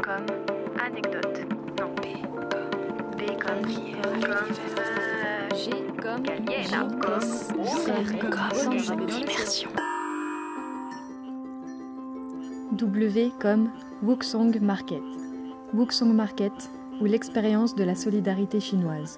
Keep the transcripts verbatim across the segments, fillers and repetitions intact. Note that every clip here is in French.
comme anecdote. Non. B comme B comme comme G comme Galiena. Comme R comme immersion. W comme Wuxong Market. Wuxong Market, ou l'expérience de la solidarité chinoise.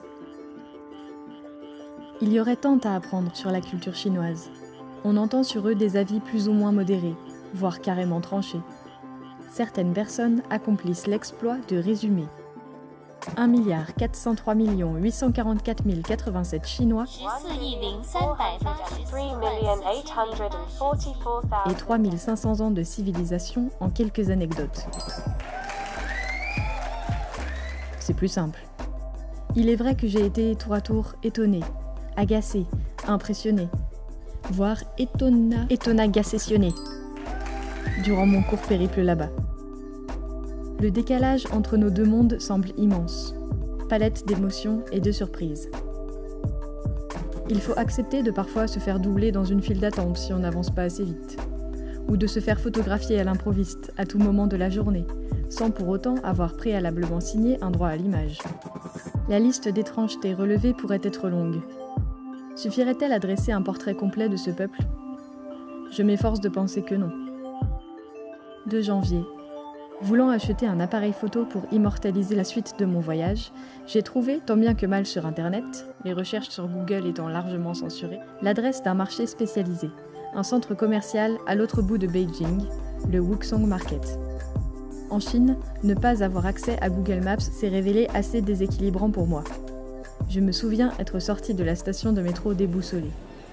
Il y aurait tant à apprendre sur la culture chinoise. On entend sur eux des avis plus ou moins modérés, voire carrément tranchés. Certaines personnes accomplissent l'exploit de résumer. un milliard quatre cent trois millions huit cent quarante-quatre mille quatre-vingt-sept Chinois et trois mille cinq cents ans de civilisation en quelques anecdotes. C'est plus simple. Il est vrai que j'ai été tour à tour étonnée, agacée, impressionnée, voire étonna, étonnagassessionnée durant mon court périple là-bas. Le décalage entre nos deux mondes semble immense, palette d'émotions et de surprises. Il faut accepter de parfois se faire doubler dans une file d'attente si on n'avance pas assez vite, ou de se faire photographier à l'improviste à tout moment de la journée, sans pour autant avoir préalablement signé un droit à l'image. La liste d'étrangetés relevées pourrait être longue. Suffirait-elle à dresser un portrait complet de ce peuple ? Je m'efforce de penser que non. deux janvier. Voulant acheter un appareil photo pour immortaliser la suite de mon voyage, j'ai trouvé, tant bien que mal sur Internet, les recherches sur Google étant largement censurées, l'adresse d'un marché spécialisé, un centre commercial à l'autre bout de Beijing, le Wuxong Market. En Chine, ne pas avoir accès à Google Maps s'est révélé assez déséquilibrant pour moi. Je me souviens être sortie de la station de métro déboussolée.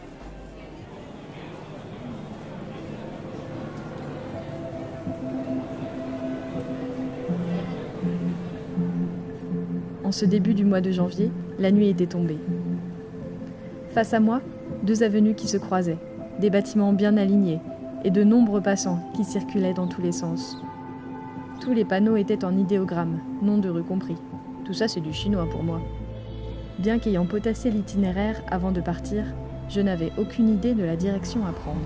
En ce début du mois de janvier, la nuit était tombée. Face à moi, deux avenues qui se croisaient, des bâtiments bien alignés et de nombreux passants qui circulaient dans tous les sens. Tous les panneaux étaient en idéogrammes, nom de rue compris. Tout ça, c'est du chinois pour moi. Bien qu'ayant potassé l'itinéraire avant de partir, je n'avais aucune idée de la direction à prendre.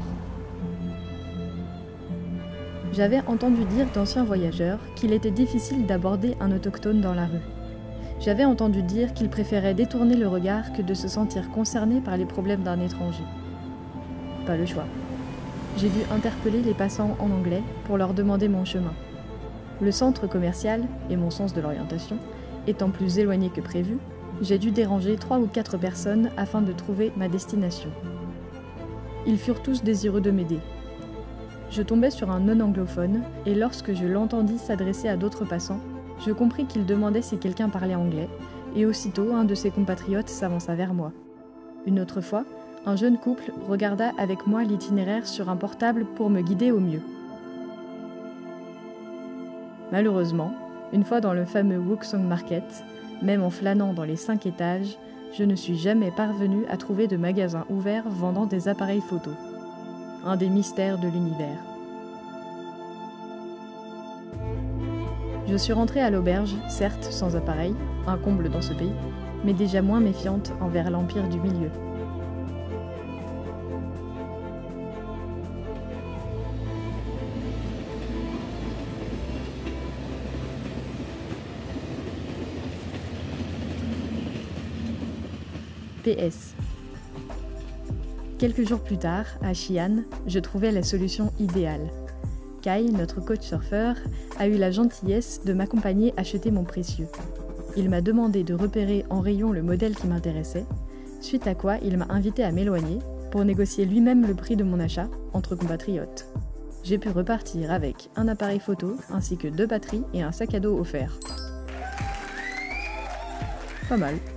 J'avais entendu dire d'anciens voyageurs qu'il était difficile d'aborder un autochtone dans la rue. J'avais entendu dire qu'il préférait détourner le regard que de se sentir concerné par les problèmes d'un étranger. Pas le choix. J'ai dû interpeller les passants en anglais pour leur demander mon chemin. Le centre commercial, et mon sens de l'orientation, étant plus éloigné que prévu, j'ai dû déranger trois ou quatre personnes afin de trouver ma destination. Ils furent tous désireux de m'aider. Je tombais sur un non-anglophone, et lorsque je l'entendis s'adresser à d'autres passants, je compris qu'il demandait si quelqu'un parlait anglais, et aussitôt un de ses compatriotes s'avança vers moi. Une autre fois, un jeune couple regarda avec moi l'itinéraire sur un portable pour me guider au mieux. Malheureusement, une fois dans le fameux Wuxong Market, même en flânant dans les cinq étages, je ne suis jamais parvenue à trouver de magasin ouvert vendant des appareils photo. Un des mystères de l'univers. Je suis rentrée à l'auberge, certes sans appareil, un comble dans ce pays, mais déjà moins méfiante envers l'Empire du Milieu. P S. Quelques jours plus tard, à Xi'an, je trouvais la solution idéale. Kai, notre coach surfeur, a eu la gentillesse de m'accompagner acheter mon précieux. Il m'a demandé de repérer en rayon le modèle qui m'intéressait, suite à quoi il m'a invité à m'éloigner pour négocier lui-même le prix de mon achat entre compatriotes. J'ai pu repartir avec un appareil photo ainsi que deux batteries et un sac à dos offert. Pas mal.